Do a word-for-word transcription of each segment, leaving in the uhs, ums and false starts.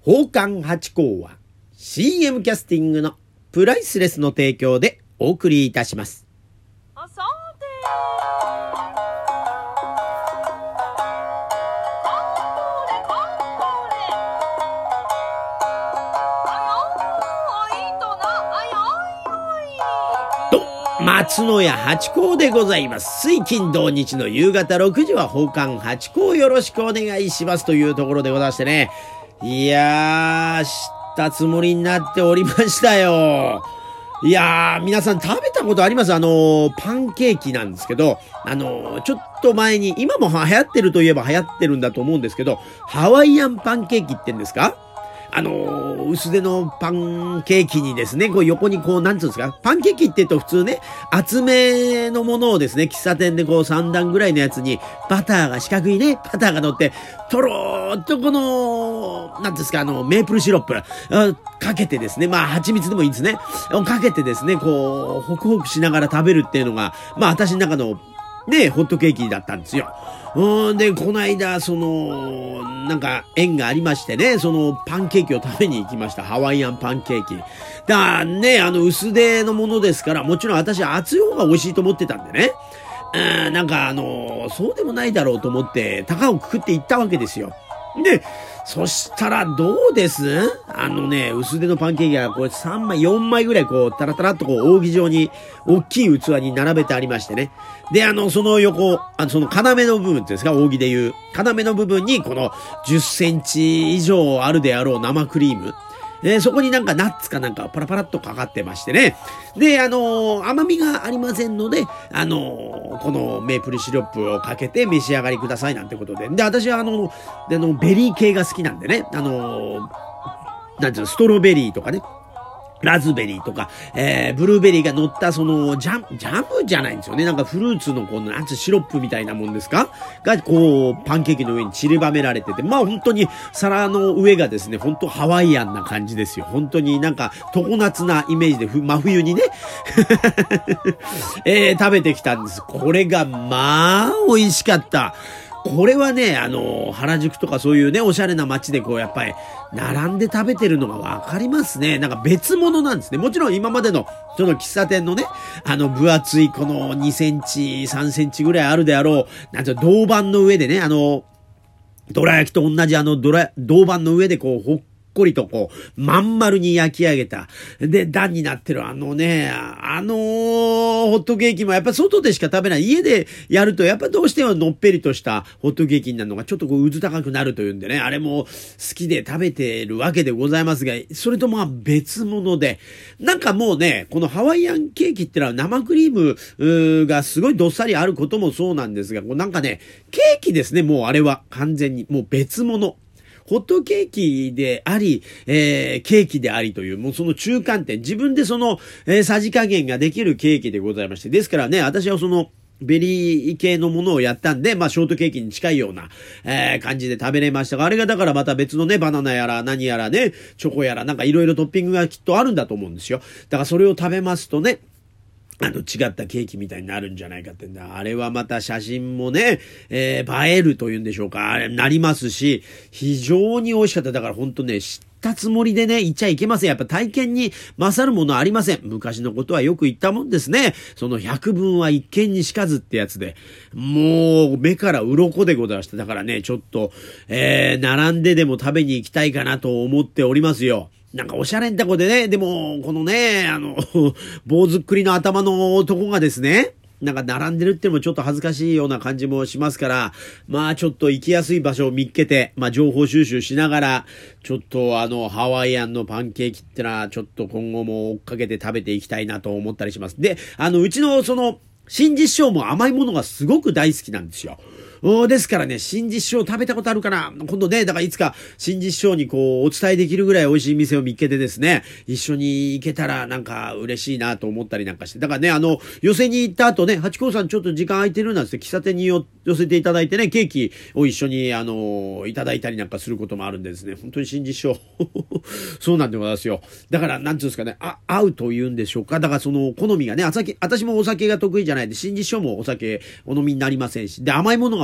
宝冠八甲は シーエム キャスティングのプライスレスの提供でお送りいたします。 あさてと松野屋八甲でございます。水金土日の夕方ろくじは宝冠八甲よろしくお願いしますというところでございましてね、いやー知ったつもりになっておりましたよ。いやー皆さん食べたことあります？あのー、パンケーキなんですけど、あのー、ちょっと前に今も流行ってるといえば流行ってるんだと思うんですけど、ハワイアンパンケーキってんですか？あのー、薄手のパンケーキにですね、こう横にこう、なんつうんですか、パンケーキって言うと普通ね、厚めのものをですね、喫茶店でこうさん段ぐらいのやつに、バターが四角いね、バターが乗って、とろーっとこの、なんですか、あの、メープルシロップ、かけてですね、まあ、蜂蜜でもいいんですね、かけてですね、こう、ホクホクしながら食べるっていうのが、まあ、私の中の、ね、ホットケーキだったんですよ。うんで、この間、その、なんか、縁がありましてね、その、パンケーキを食べに行きました。ハワイアンパンケーキ。だからね、あの、薄手のものですから、もちろん私は熱い方が美味しいと思ってたんでね。うん、なんか、あの、そうでもないだろうと思って、高をくくって行ったわけですよ。で、そしたらどうです？あのね、薄手のパンケーキがこれさんまい、よんまいぐらいこう、タラタラっとこう、扇状に、大きい器に並べてありましてね。で、あの、その横、あの、その要の部分っていうんですか、扇でいう、要の部分にこのじゅっセンチ以上あるであろう生クリーム。えー、そこになんかナッツかなんかパラパラっとかかってましてね。で、あのー、甘みがありませんので、あのー、このメープルシロップをかけて召し上がりくださいなんてことで。で、私はあの、あのベリー系が好きなんでね。あのー、なんていうの、ストロベリーとかね。ラズベリーとか、えー、ブルーベリーが乗ったそのジャム、ジャムじゃないんですよね。なんかフルーツのこのなんつうシロップみたいなもんですかがこうパンケーキの上に散りばめられてて、まあ本当に皿の上がですね、本当ハワイアンな感じですよ。本当になんか常夏なイメージでふ真冬にね、えー、食べてきたんです。これがまあ美味しかった。これはね、あの、原宿とかそういうね、おしゃれな街でこう、やっぱり、並んで食べてるのがわかりますね。なんか別物なんですね。もちろん今までの、その喫茶店のね、あの、分厚いこのにセンチ、さんセンチぐらいあるであろう、なんていうの、銅板の上でね、あの、どら焼きと同じあの、どら、銅板の上でこう、ほっこりとこう、まん丸に焼き上げた。で、段になってるあのね、あのー、ホットケーキもやっぱ外でしか食べない。家でやるとやっぱどうしてものっぺりとしたホットケーキになるのがちょっとこう、うず高くなるというんでね、あれも好きで食べてるわけでございますが、それとまあ別物で、なんかもうね、このハワイアンケーキってのは生クリームがすごいどっさりあることもそうなんですが、こうなんかね、ケーキですね、もうあれは完全に、もう別物。ホットケーキであり、えー、ケーキでありという、もうその中間点、自分でその、えー、さじ加減ができるケーキでございまして、ですからね、私はその、ベリー系のものをやったんで、まあ、ショートケーキに近いような、えー、感じで食べれましたが、あれがだからまた別のね、バナナやら何やらね、チョコやらなんかいろいろトッピングがきっとあるんだと思うんですよ。だからそれを食べますとね、あの、違ったケーキみたいになるんじゃないかってんだ。あれはまた写真もね、えー、映えるというんでしょうか。あれ、なりますし、非常に美味しかった。だからほんとね、知ったつもりでね、言っちゃいけません。やっぱ体験に勝るものありません。昔のことはよく言ったもんですね。その百聞は一見にしかずってやつで。もう、目から鱗でございました。だからね、ちょっと、えー、並んででも食べに行きたいかなと思っておりますよ。なんかおしゃれんとこでね、でも、このね、あの、棒ずっくりの頭の男がですね、なんか並んでるってのもちょっと恥ずかしいような感じもしますから、まあちょっと行きやすい場所を見っけて、まあ情報収集しながら、ちょっとあの、ハワイアンのパンケーキってのは、ちょっと今後も追っかけて食べていきたいなと思ったりします。で、あの、うちのその、新実師匠も甘いものがすごく大好きなんですよ。ですからね、新実師匠食べたことあるかな？今度ね、だからいつか新実師匠にこう、お伝えできるぐらい美味しい店を見っけてですね、一緒に行けたらなんか嬉しいなと思ったりなんかして。だからね、あの、寄せに行った後ね、八甲さんちょっと時間空いてるなんて喫茶店に寄せていただいてね、ケーキを一緒にあの、いただいたりなんかすることもあるんでですね、本当に新実師匠、そうなんでございますよ。だから、なんていうんですかね、あ、合うというんでしょうか。だからその、好みがね、あさき、私もお酒が得意じゃないで、新実師匠もお酒お飲みになりませんし、で、甘いものが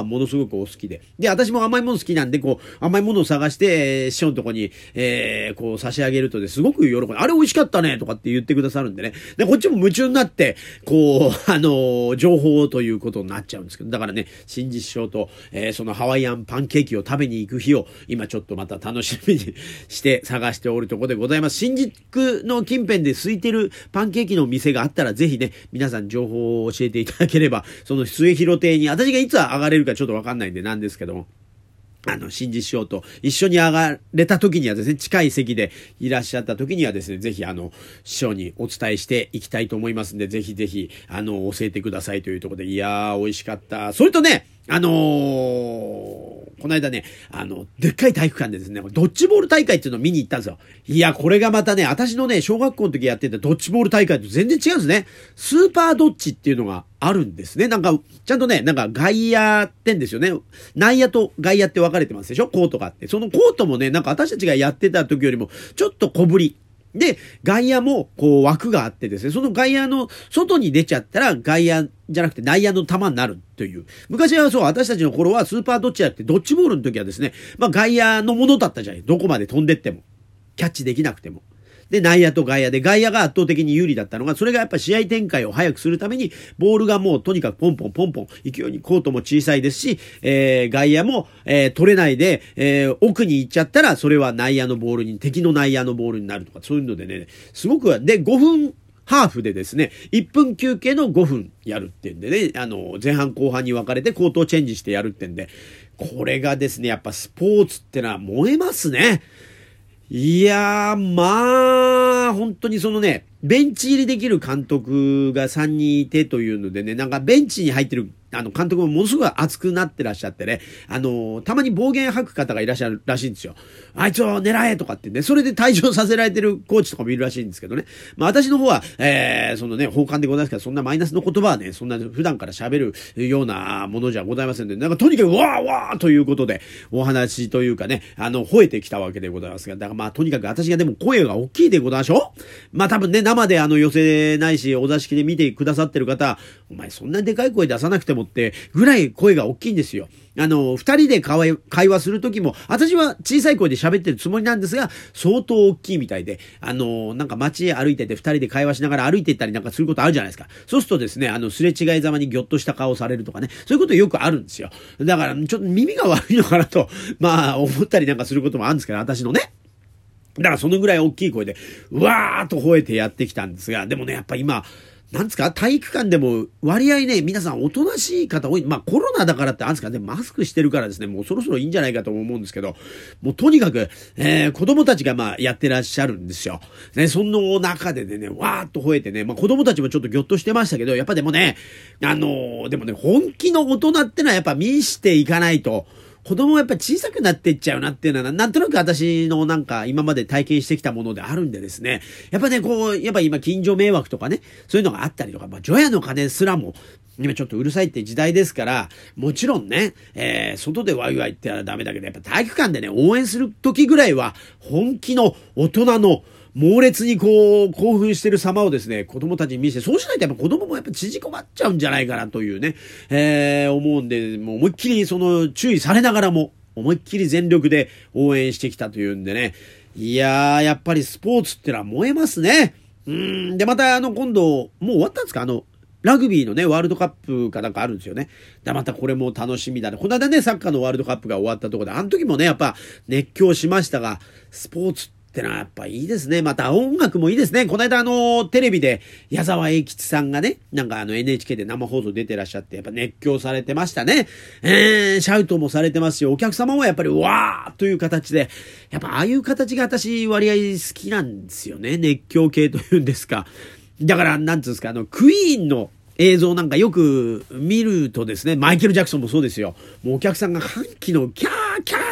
ものすごくお好きで。で、私も甘いもの好きなんで、こう、甘いものを探して、えー、師匠のとこに、えー、こう差し上げるとですごく喜んで、あれ美味しかったねとかって言ってくださるんでね。で、こっちも夢中になって、こう、あのー、情報ということになっちゃうんですけど、だからね、新次師匠と、えー、そのハワイアンパンケーキを食べに行く日を、今ちょっとまた楽しみにして探しておるところでございます。新宿の近辺で空いてるパンケーキの店があったら、ぜひね、皆さん情報を教えていただければ、その末広亭に、私がいつ上がれるかちょっとわかんないんでなんですけども、あの、新次師匠と一緒に上がれた時にはですね、近い席でいらっしゃった時にはですね、ぜひあの、師匠にお伝えしていきたいと思いますんで、ぜひぜひ、あの、教えてくださいというところで、いやー、美味しかった。それとね、あのー、この間ね、あの、でっかい体育館でですね、ドッジボール大会っていうのを見に行ったんですよ。いや、これがまたね、私のね、小学校の時やってたドッジボール大会と全然違うんですね。スーパードッジっていうのがあるんですね。なんか、ちゃんとね、なんか外野ってんですよね。内野と外野って分かれてますでしょ？コートがあって。そのコートもね、なんか私たちがやってた時よりも、ちょっと小ぶり。で、外野もこう枠があってですね、その外野の外に出ちゃったら外野じゃなくて内野の球になるという。昔はそう、私たちの頃はスーパードッジじゃなくてドッジボールの時はですね、まあ外野のものだったじゃない。どこまで飛んでっても。キャッチできなくても。で、内野と外野で、外野が圧倒的に有利だったのが、それがやっぱ試合展開を早くするために、ボールがもうとにかくポンポンポンポン、勢いにコートも小さいですし、えー、外野も、えー、取れないで、えー、奥に行っちゃったら、それは内野のボールに、敵の内野のボールになるとか、そういうのでね、すごく、で、ごふん、ハーフでですね、いっぷん休憩のごふんやるってんでね、あの、前半後半に分かれてコートをチェンジしてやるってんで、これがですね、やっぱスポーツってのは燃えますね。いやー、まあ、本当にそのね、ベンチ入りできる監督がさんにんいてというのでね、なんかベンチに入ってるあの監督もものすごい熱くなってらっしゃってね、あのー、たまに暴言吐く方がいらっしゃるらしいんですよ。あいつを狙えとかってね、それで退場させられてるコーチとかもいるらしいんですけどね。まあ私の方は、えー、そのね、法官でございますから、そんなマイナスの言葉はね、そんな普段から喋るようなものじゃございませんので、なんかとにかくわーわーということで、お話というかね、あの、吠えてきたわけでございますが、だからまあとにかく私がでも声が大きいでございましょう。まあ多分ね、生であの寄せないし、お座敷で見てくださってる方、お前そんなでかい声出さなくてもってぐらい声が大きいんですよ。あの、二人で会話するときも、私は小さい声で喋ってるつもりなんですが、相当大きいみたいで、あの、なんか街歩いてて二人で会話しながら歩いていったりなんかすることあるじゃないですか。そうするとですね、あの、すれ違いざまにギョッとした顔をされるとかね、そういうことよくあるんですよ。だから、ちょっと耳が悪いのかなと、まあ、思ったりなんかすることもあるんですけど、私のね。だからそのぐらい大きい声で、うわーっと吠えてやってきたんですが、でもね、やっぱ今、なんですか体育館でも割合ね、皆さんおとなしい方多い。まあコロナだからってあるんですかね、マスクしてるからですね、もうそろそろいいんじゃないかと思うんですけど、もうとにかく、えー、子供たちがまあやってらっしゃるんですよ。ね、その中でね、わーっと吠えてね、まあ子供たちもちょっとギョッとしてましたけど、やっぱでもね、あのー、でもね、本気の大人ってのはやっぱ見していかないと、子供はやっぱり小さくなっていっちゃうなっていうのは、なんとなく私のなんか今まで体験してきたものであるんでですね。やっぱね、こう、やっぱ今近所迷惑とかね、そういうのがあったりとか、まあ、除夜の鐘すらも、今ちょっとうるさいって時代ですから、もちろんね、えー、外でワイワイってのはダメだけど、やっぱ体育館でね、応援する時ぐらいは、本気の大人の、猛烈にこう興奮してる様をですね、子供たちに見せて、そうしないとやっぱ子供もやっぱ縮こまっちゃうんじゃないかなというね、えー、思うんで、もう思いっきりその注意されながらも、思いっきり全力で応援してきたというんでね、いやー、やっぱりスポーツってのは燃えますね。うーん、で、またあの今度、もう終わったんですかあの、ラグビーのね、ワールドカップかなんかあるんですよね。で、またこれも楽しみだね。この間ね、サッカーのワールドカップが終わったところで、あの時もね、やっぱ熱狂しましたが、スポーツってのはやっぱいいですね。また音楽もいいですね。この間あの、テレビで矢沢永吉さんがね、なんかあの エヌエイチケー で生放送出てらっしゃって、やっぱ熱狂されてましたね。えー、シャウトもされてますし、お客様もやっぱりわーという形で、やっぱああいう形が私割合好きなんですよね。熱狂系というんですか。だから、なんつうんですか、あの、クイーンの映像なんかよく見るとですね、マイケル・ジャクソンもそうですよ。もうお客さんが歓喜のキャーキャー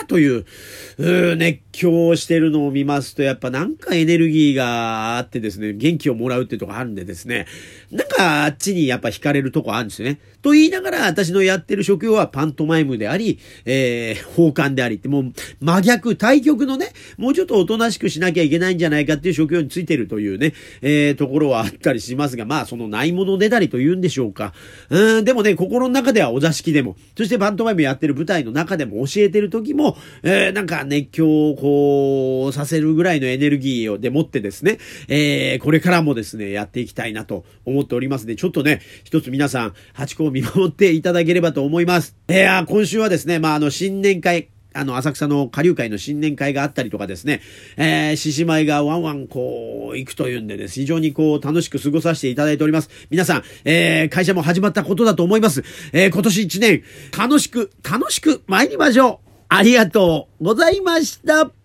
ーという、うー熱狂してるのを見ますと、やっぱなんかエネルギーがあってですね、元気をもらうってとこあるんでですね、なんかあっちにやっぱ惹かれるとこあるんですよね。と言いながら、私のやってる職業はパントマイムであり、えー、奉還でありって、もう真逆、対極のね、もうちょっとおとなしくしなきゃいけないんじゃないかっていう職業についてるというね、えー、ところはあったりしますが、まあそのないものねだりと言うんでしょうか。うん、でもね、心の中ではお座敷でも、そしてパントマイムやってる舞台の中でも教えてる時も、えー、なんか熱狂をこう、させるぐらいのエネルギーをでもってですね、えー、これからもですね、やっていきたいなと思っておりますので、ちょっとね、一つ皆さん、ハチ公を見守っていただければと思います。えー、今週はですね、まああの、新年会、あの、浅草の下流会の新年会があったりとかですね、えー、獅子舞がワンワンこう、行くというんでです、非常にこう、楽しく過ごさせていただいております。皆さん、えー、会社も始まったことだと思います。えー、今年一年、楽しく、楽しく参りましょう。ありがとうございました。